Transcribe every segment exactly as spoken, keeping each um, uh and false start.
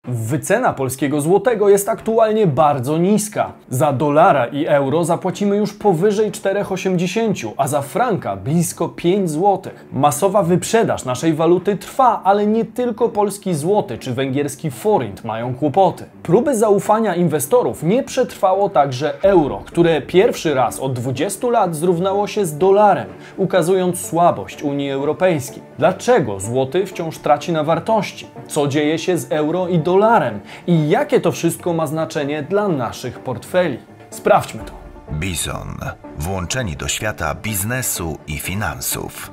Wycena polskiego złotego jest aktualnie bardzo niska. Za dolara i euro zapłacimy już powyżej cztery osiemdziesiąt, a za franka blisko pięć złotych. Masowa wyprzedaż naszej waluty trwa, ale nie tylko polski złoty czy węgierski forint mają kłopoty. Próby zaufania inwestorów nie przetrwało także euro, które pierwszy raz od dwudziestu lat zrównało się z dolarem, ukazując słabość Unii Europejskiej. Dlaczego złoty wciąż traci na wartości? Co dzieje się z euro i dolarem? I jakie to wszystko ma znaczenie dla naszych portfeli? Sprawdźmy to. Bizon. Włączeni do świata biznesu i finansów.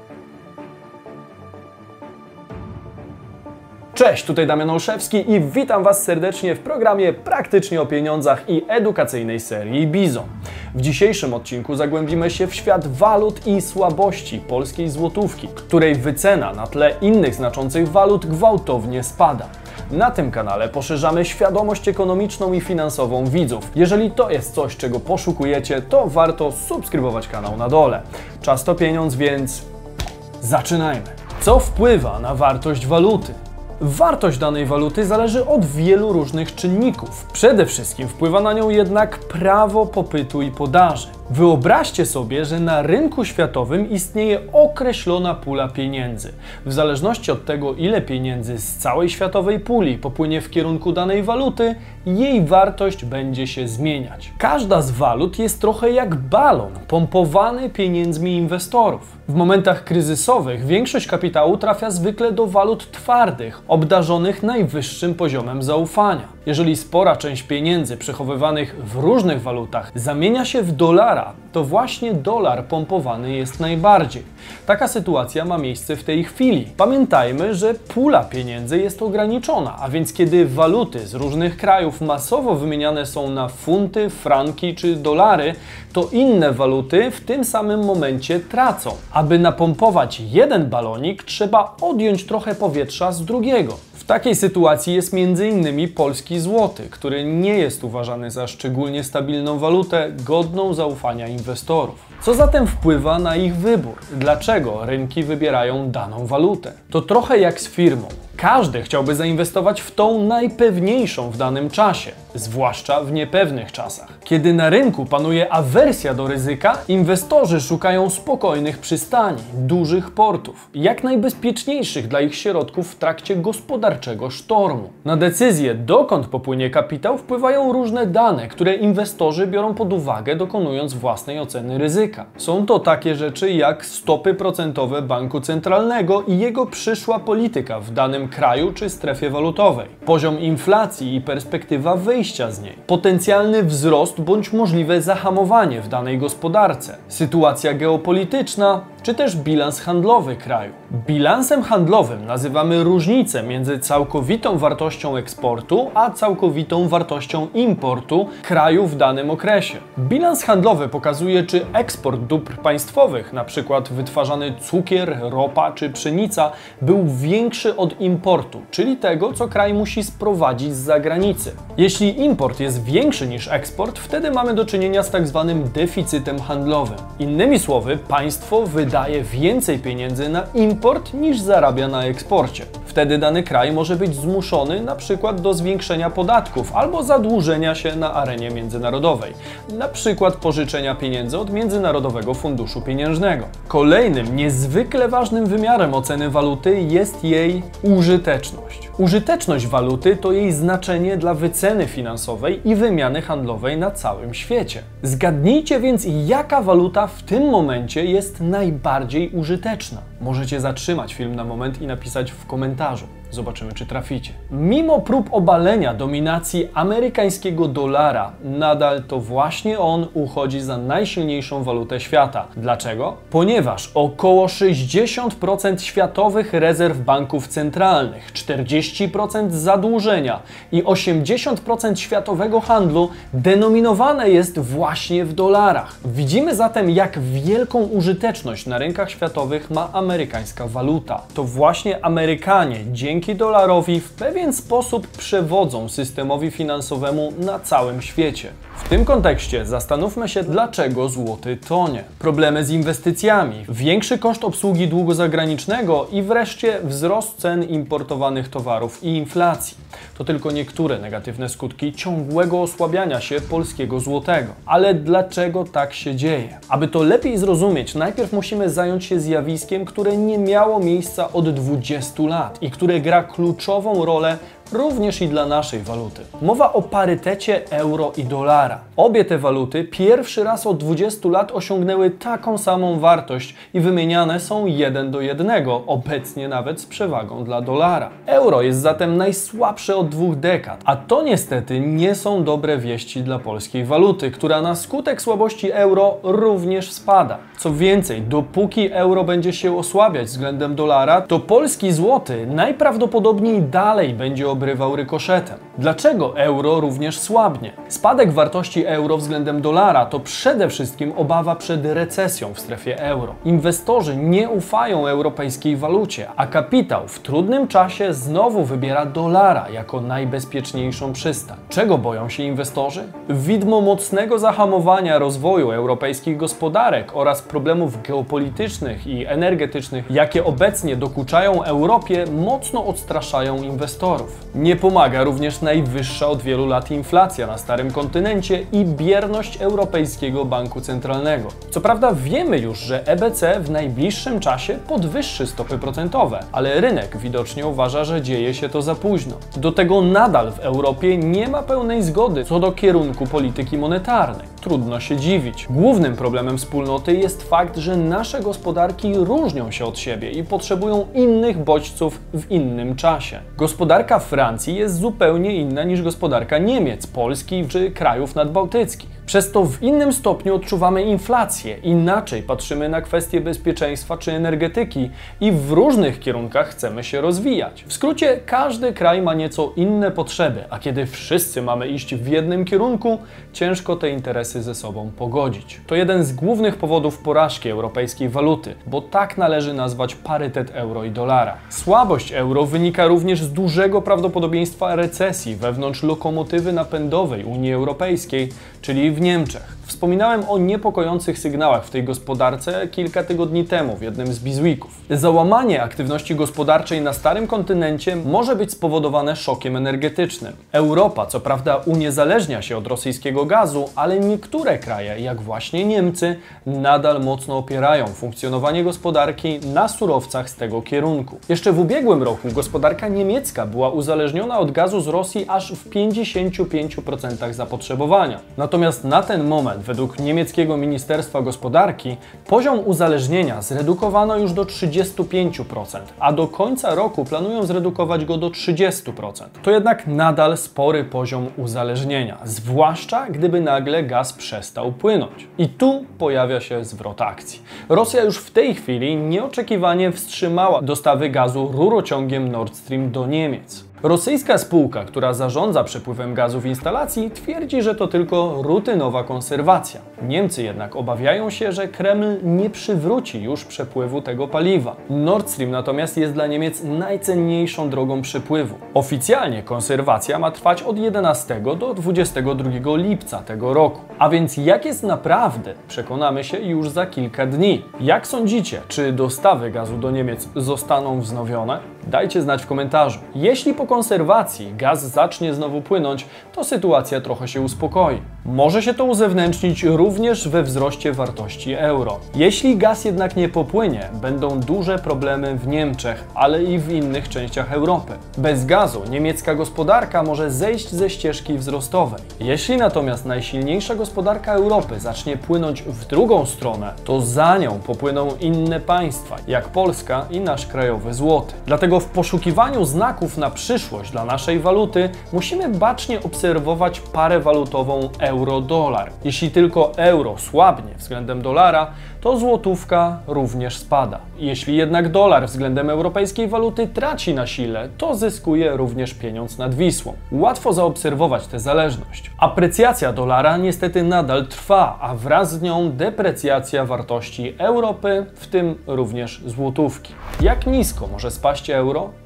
Cześć, tutaj Damian Olszewski i witam Was serdecznie w programie Praktycznie o pieniądzach i edukacyjnej serii Bizon. W dzisiejszym odcinku zagłębimy się w świat walut i słabości polskiej złotówki, której wycena na tle innych znaczących walut gwałtownie spada. Na tym kanale poszerzamy świadomość ekonomiczną i finansową widzów. Jeżeli to jest coś, czego poszukujecie, to warto subskrybować kanał na dole. Czas to pieniądz, więc zaczynajmy. Co wpływa na wartość waluty? Wartość danej waluty zależy od wielu różnych czynników. Przede wszystkim wpływa na nią jednak prawo popytu i podaży. Wyobraźcie sobie, że na rynku światowym istnieje określona pula pieniędzy. W zależności od tego, ile pieniędzy z całej światowej puli popłynie w kierunku danej waluty, jej wartość będzie się zmieniać. Każda z walut jest trochę jak balon pompowany pieniędzmi inwestorów. W momentach kryzysowych większość kapitału trafia zwykle do walut twardych, obdarzonych najwyższym poziomem zaufania. Jeżeli spora część pieniędzy przechowywanych w różnych walutach zamienia się w dolara, to właśnie dolar pompowany jest najbardziej. Taka sytuacja ma miejsce w tej chwili. Pamiętajmy, że pula pieniędzy jest ograniczona, a więc kiedy waluty z różnych krajów masowo wymieniane są na funty, franki czy dolary, to inne waluty w tym samym momencie tracą. Aby napompować jeden balonik, trzeba odjąć trochę powietrza z drugiego. W takiej sytuacji jest między innymi polski złoty, który nie jest uważany za szczególnie stabilną walutę, godną zaufania inwestorów. Co zatem wpływa na ich wybór? Dlaczego rynki wybierają daną walutę? To trochę jak z firmą. Każdy chciałby zainwestować w tą najpewniejszą w danym czasie, zwłaszcza w niepewnych czasach. Kiedy na rynku panuje awersja do ryzyka, inwestorzy szukają spokojnych przystani, dużych portów, jak najbezpieczniejszych dla ich środków w trakcie gospodarczego sztormu. Na decyzję, dokąd popłynie kapitał, wpływają różne dane, które inwestorzy biorą pod uwagę, dokonując własnej oceny ryzyka. Są to takie rzeczy jak stopy procentowe banku centralnego i jego przyszła polityka w danym kraju czy strefie walutowej, poziom inflacji i perspektywa wyjścia z niej, potencjalny wzrost bądź możliwe zahamowanie w danej gospodarce, sytuacja geopolityczna czy też bilans handlowy kraju. Bilansem handlowym nazywamy różnicę między całkowitą wartością eksportu a całkowitą wartością importu kraju w danym okresie. Bilans handlowy pokazuje, czy eksport dóbr państwowych, np. wytwarzany cukier, ropa czy pszenica, był większy od importu, czyli tego, co kraj musi sprowadzić z zagranicy. Jeśli import jest większy niż eksport, wtedy mamy do czynienia z tak zwanym deficytem handlowym. Innymi słowy, państwo wydaje więcej pieniędzy na import niż zarabia na eksporcie. Wtedy dany kraj może być zmuszony na przykład do zwiększenia podatków albo zadłużenia się na arenie międzynarodowej, na przykład pożyczenia pieniędzy od Międzynarodowego Funduszu Pieniężnego. Kolejnym niezwykle ważnym wymiarem oceny waluty jest jej użyteczność. Użyteczność waluty to jej znaczenie dla wyceny finansowej i wymiany handlowej na całym świecie. Zgadnijcie więc, jaka waluta w tym momencie jest najbardziej użyteczna. Możecie zatrzymać film na moment i napisać w komentarzu. Zobaczymy, czy traficie. Mimo prób obalenia dominacji amerykańskiego dolara, nadal to właśnie on uchodzi za najsilniejszą walutę świata. Dlaczego? Ponieważ około sześćdziesiąt procent światowych rezerw banków centralnych, czterdzieści procent zadłużenia i osiemdziesiąt procent światowego handlu denominowane jest właśnie w dolarach. Widzimy zatem, jak wielką użyteczność na rynkach światowych ma amerykańska waluta. To właśnie Amerykanie dzięki dzięki dolarowi w pewien sposób przewodzą systemowi finansowemu na całym świecie. W tym kontekście zastanówmy się, dlaczego złoty tonie. Problemy z inwestycjami, większy koszt obsługi długu zagranicznego i wreszcie wzrost cen importowanych towarów i inflacji. To tylko niektóre negatywne skutki ciągłego osłabiania się polskiego złotego. Ale dlaczego tak się dzieje? Aby to lepiej zrozumieć, najpierw musimy zająć się zjawiskiem, które nie miało miejsca od dwudziestu lat i które gra kluczową rolę również i dla naszej waluty. Mowa o parytecie euro i dolara. Obie te waluty pierwszy raz od dwudziestu lat osiągnęły taką samą wartość i wymieniane są jeden do jednego, obecnie nawet z przewagą dla dolara. Euro jest zatem najsłabsze od dwóch dekad, a to niestety nie są dobre wieści dla polskiej waluty, która na skutek słabości euro również spada. Co więcej, dopóki euro będzie się osłabiać względem dolara, to polski złoty najprawdopodobniej dalej będzie obrywał rykoszetem. Dlaczego euro również słabnie? Spadek wartości euro względem dolara to przede wszystkim obawa przed recesją w strefie euro. Inwestorzy nie ufają europejskiej walucie, a kapitał w trudnym czasie znowu wybiera dolara jako najbezpieczniejszą przystań. Czego boją się inwestorzy? Widmo mocnego zahamowania rozwoju europejskich gospodarek oraz problemów geopolitycznych i energetycznych, jakie obecnie dokuczają Europie, mocno odstraszają inwestorów. Nie pomaga również najwyższa od wielu lat inflacja na starym kontynencie i bierność Europejskiego Banku Centralnego. Co prawda wiemy już, że E B C w najbliższym czasie podwyższy stopy procentowe, ale rynek widocznie uważa, że dzieje się to za późno. Do tego nadal w Europie nie ma pełnej zgody co do kierunku polityki monetarnej. Trudno się dziwić. Głównym problemem wspólnoty jest fakt, że nasze gospodarki różnią się od siebie i potrzebują innych bodźców w innym czasie. Gospodarka Francji jest zupełnie inna niż gospodarka Niemiec, Polski czy krajów nadbałtyckich. Przez to w innym stopniu odczuwamy inflację, inaczej patrzymy na kwestie bezpieczeństwa czy energetyki i w różnych kierunkach chcemy się rozwijać. W skrócie, każdy kraj ma nieco inne potrzeby, a kiedy wszyscy mamy iść w jednym kierunku, ciężko te interesy ze sobą pogodzić. To jeden z głównych powodów porażki europejskiej waluty, bo tak należy nazwać parytet euro i dolara. Słabość euro wynika również z dużego prawdopodobieństwa recesji wewnątrz lokomotywy napędowej Unii Europejskiej, czyli w Niemczech. Wspominałem o niepokojących sygnałach w tej gospodarce kilka tygodni temu w jednym z Bizweeków. Załamanie aktywności gospodarczej na starym kontynencie może być spowodowane szokiem energetycznym. Europa co prawda uniezależnia się od rosyjskiego gazu, ale niektóre kraje, jak właśnie Niemcy, nadal mocno opierają funkcjonowanie gospodarki na surowcach z tego kierunku. Jeszcze w ubiegłym roku gospodarka niemiecka była uzależniona od gazu z Rosji aż w pięćdziesięciu pięciu procentach zapotrzebowania. Natomiast na ten moment według niemieckiego Ministerstwa Gospodarki poziom uzależnienia zredukowano już do trzydziestu pięciu procent, a do końca roku planują zredukować go do trzydziestu procent. To jednak nadal spory poziom uzależnienia, zwłaszcza gdyby nagle gaz przestał płynąć. I tu pojawia się zwrot akcji. Rosja już w tej chwili nieoczekiwanie wstrzymała dostawy gazu rurociągiem Nord Stream do Niemiec. Rosyjska spółka, która zarządza przepływem gazu w instalacji, twierdzi, że to tylko rutynowa konserwacja. Niemcy jednak obawiają się, że Kreml nie przywróci już przepływu tego paliwa. Nord Stream natomiast jest dla Niemiec najcenniejszą drogą przepływu. Oficjalnie konserwacja ma trwać od jedenastego do dwudziestego drugiego lipca tego roku. A więc jak jest naprawdę, przekonamy się już za kilka dni. Jak sądzicie, czy dostawy gazu do Niemiec zostaną wznowione? Dajcie znać w komentarzu. Jeśli po konserwacji gaz zacznie znowu płynąć, to sytuacja trochę się uspokoi. Może się to uzewnętrznić również we wzroście wartości euro. Jeśli gaz jednak nie popłynie, będą duże problemy w Niemczech, ale i w innych częściach Europy. Bez gazu niemiecka gospodarka może zejść ze ścieżki wzrostowej. Jeśli natomiast najsilniejsza gospodarka Europy zacznie płynąć w drugą stronę, to za nią popłyną inne państwa, jak Polska i nasz krajowy złoty. Dlatego w poszukiwaniu znaków na przyszłość dla naszej waluty musimy bacznie obserwować parę walutową euro-dolar. Jeśli tylko euro słabnie względem dolara, to złotówka również spada. Jeśli jednak dolar względem europejskiej waluty traci na sile, to zyskuje również pieniądz nad Wisłą. Łatwo zaobserwować tę zależność. Aprecjacja dolara niestety nadal trwa, a wraz z nią deprecjacja wartości Europy, w tym również złotówki. Jak nisko może spaść euro?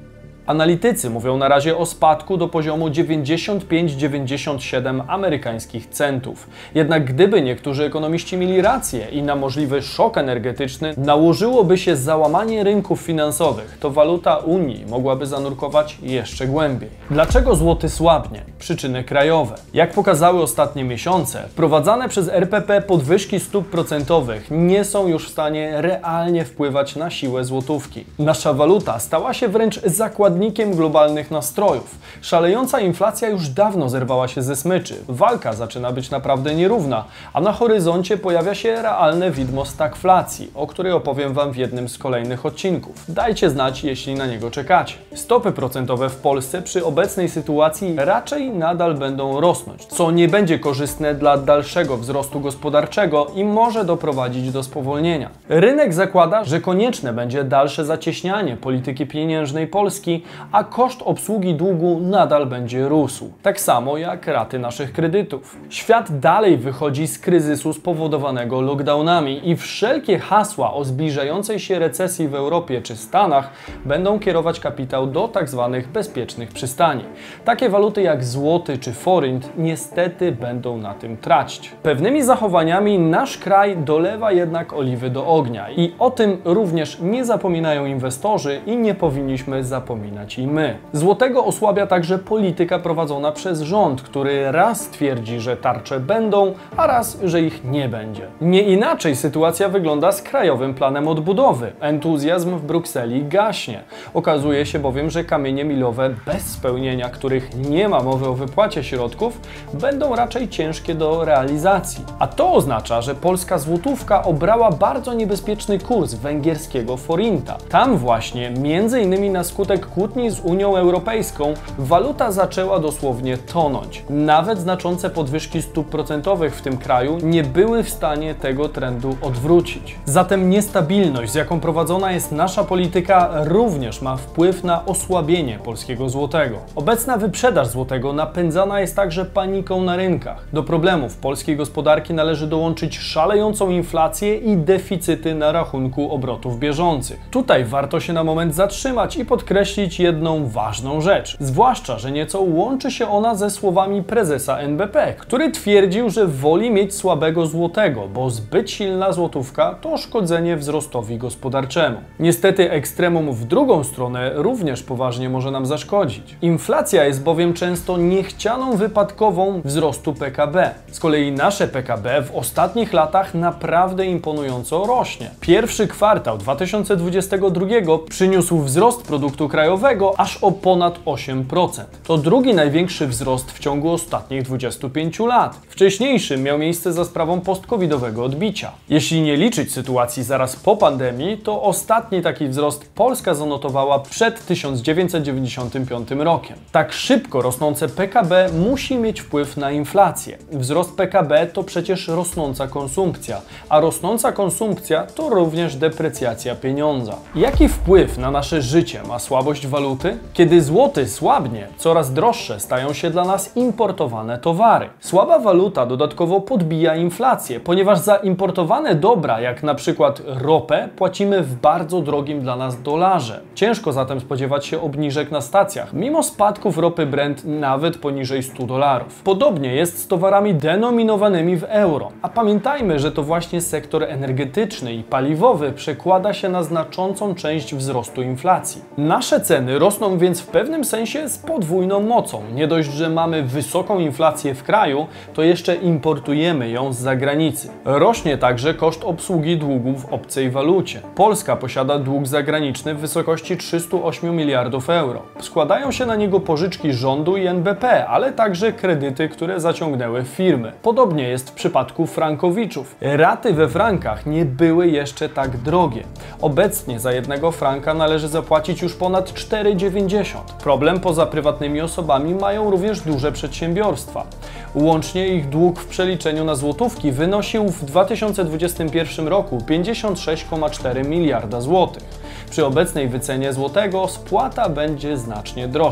Analitycy mówią na razie o spadku do poziomu dziewięćdziesiąt pięć do dziewięćdziesięciu siedmiu amerykańskich centów. Jednak gdyby niektórzy ekonomiści mieli rację i na możliwy szok energetyczny nałożyłoby się załamanie rynków finansowych, to waluta Unii mogłaby zanurkować jeszcze głębiej. Dlaczego złoty słabnie? Przyczyny krajowe. Jak pokazały ostatnie miesiące, wprowadzane przez R P P podwyżki stóp procentowych nie są już w stanie realnie wpływać na siłę złotówki. Nasza waluta stała się wręcz zakładnikiem globalnych nastrojów. Szalejąca inflacja już dawno zerwała się ze smyczy. Walka zaczyna być naprawdę nierówna, a na horyzoncie pojawia się realne widmo stagflacji, o której opowiem Wam w jednym z kolejnych odcinków. Dajcie znać, jeśli na niego czekacie. Stopy procentowe w Polsce przy obecnej sytuacji raczej nadal będą rosnąć, co nie będzie korzystne dla dalszego wzrostu gospodarczego i może doprowadzić do spowolnienia. Rynek zakłada, że konieczne będzie dalsze zacieśnianie polityki pieniężnej Polski, a koszt obsługi długu nadal będzie rósł. Tak samo jak raty naszych kredytów. Świat dalej wychodzi z kryzysu spowodowanego lockdownami i wszelkie hasła o zbliżającej się recesji w Europie czy Stanach będą kierować kapitał do tzw. bezpiecznych przystani. Takie waluty jak złoty czy forint niestety będą na tym tracić. Pewnymi zachowaniami nasz kraj dolewa jednak oliwy do ognia i o tym również nie zapominają inwestorzy i nie powinniśmy zapominać i my. Złotego osłabia także polityka prowadzona przez rząd, który raz twierdzi, że tarcze będą, a raz, że ich nie będzie. Nie inaczej sytuacja wygląda z Krajowym Planem Odbudowy. Entuzjazm w Brukseli gaśnie. Okazuje się bowiem, że kamienie milowe bez spełnienia, których nie ma mowy o wypłacie środków, będą raczej ciężkie do realizacji. A to oznacza, że polska złotówka obrała bardzo niebezpieczny kurs węgierskiego forinta. Tam właśnie, między innymi na skutek kłótni z Unią Europejską, waluta zaczęła dosłownie tonąć. Nawet znaczące podwyżki stóp procentowych w tym kraju nie były w stanie tego trendu odwrócić. Zatem niestabilność, z jaką prowadzona jest nasza polityka, również ma wpływ na osłabienie polskiego złotego. Obecna wyprzedaż złotego napędzana jest także paniką na rynkach. Do problemów polskiej gospodarki należy dołączyć szalejącą inflację i deficyty na rachunku obrotów bieżących. Tutaj warto się na moment zatrzymać i podkreślić jedną ważną rzecz. Zwłaszcza, że nieco łączy się ona ze słowami prezesa N B P, który twierdził, że woli mieć słabego złotego, bo zbyt silna złotówka to szkodzenie wzrostowi gospodarczemu. Niestety ekstremum w drugą stronę również poważnie może nam zaszkodzić. Inflacja jest bowiem często niechcianą wypadkową wzrostu P K B. Z kolei nasze P K B w ostatnich latach naprawdę imponująco rośnie. Pierwszy kwartał dwa tysiące dwudziestego drugiego przyniósł wzrost produktu krajowego aż o ponad osiem procent. To drugi największy wzrost w ciągu ostatnich dwudziestu pięciu lat. Wcześniejszy miał miejsce za sprawą post-covidowego odbicia. Jeśli nie liczyć sytuacji zaraz po pandemii, to ostatni taki wzrost Polska zanotowała przed tysiąc dziewięćset dziewięćdziesiątym piątym rokiem. Tak szybko rosnące P K B musi mieć wpływ na inflację. Wzrost P K B to przecież rosnąca konsumpcja, a rosnąca konsumpcja to również deprecjacja pieniądza. Jaki wpływ na nasze życie ma słabość waluty? Kiedy złoty słabnie, coraz droższe stają się dla nas importowane towary. Słaba waluta dodatkowo podbija inflację, ponieważ za importowane dobra, jak na przykład ropę, płacimy w bardzo drogim dla nas dolarze. Ciężko zatem spodziewać się obniżek na stacjach, mimo spadków ropy Brent nawet poniżej stu dolarów. Podobnie jest z towarami denominowanymi w euro. A pamiętajmy, że to właśnie sektor energetyczny i paliwowy przekłada się na znaczącą część wzrostu inflacji. Nasze ceny rosną więc w pewnym sensie z podwójną mocą. Nie dość, że mamy wysoką inflację w kraju, to jeszcze importujemy ją z zagranicy. Rośnie także koszt obsługi długu w obcej walucie. Polska posiada dług zagraniczny w wysokości trzystu ośmiu miliardów euro. Składają się na niego pożyczki rządu i N B P, ale także kredyty, które zaciągnęły firmy. Podobnie jest w przypadku frankowiczów. Raty we frankach nie były jeszcze tak drogie. Obecnie za jednego franka należy zapłacić już ponad cztery dziewięćdziesiąt. Problem poza prywatnymi osobami mają również duże przedsiębiorstwa. Łącznie ich dług w przeliczeniu na złotówki wynosił w dwa tysiące dwudziestym pierwszym roku pięćdziesiąt sześć przecinek cztery miliarda złotych. Przy obecnej wycenie złotego spłata będzie znacznie droższa.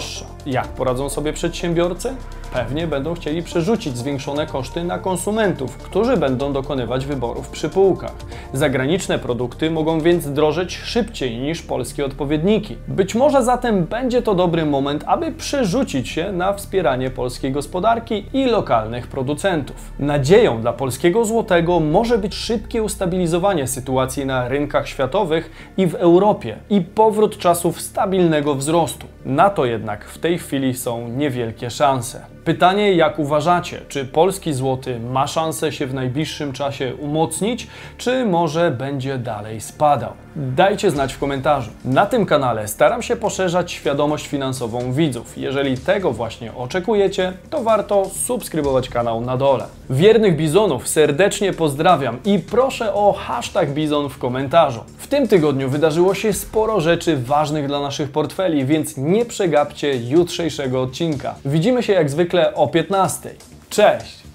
Jak poradzą sobie przedsiębiorcy? Pewnie będą chcieli przerzucić zwiększone koszty na konsumentów, którzy będą dokonywać wyborów przy półkach. Zagraniczne produkty mogą więc drożeć szybciej niż polskie odpowiedniki. Być może zatem będzie to dobry moment, aby przerzucić się na wspieranie polskiej gospodarki i lokalnych producentów. Nadzieją dla polskiego złotego może być szybkie ustabilizowanie sytuacji na rynkach światowych i w Europie i powrót czasów stabilnego wzrostu. Na to jednak w tej chwili są niewielkie szanse. Pytanie, jak uważacie, czy polski złoty ma szansę się w najbliższym czasie umocnić, czy może będzie dalej spadał? Dajcie znać w komentarzu. Na tym kanale staram się poszerzać świadomość finansową widzów. Jeżeli tego właśnie oczekujecie, to warto subskrybować kanał na dole. Wiernych bizonów serdecznie pozdrawiam i proszę o hashtag bizon w komentarzu. W tym tygodniu wydarzyło się sporo rzeczy ważnych dla naszych portfeli, więc nie przegapcie jutrzejszego odcinka. Widzimy się jak zwykle o piętnastej. Cześć!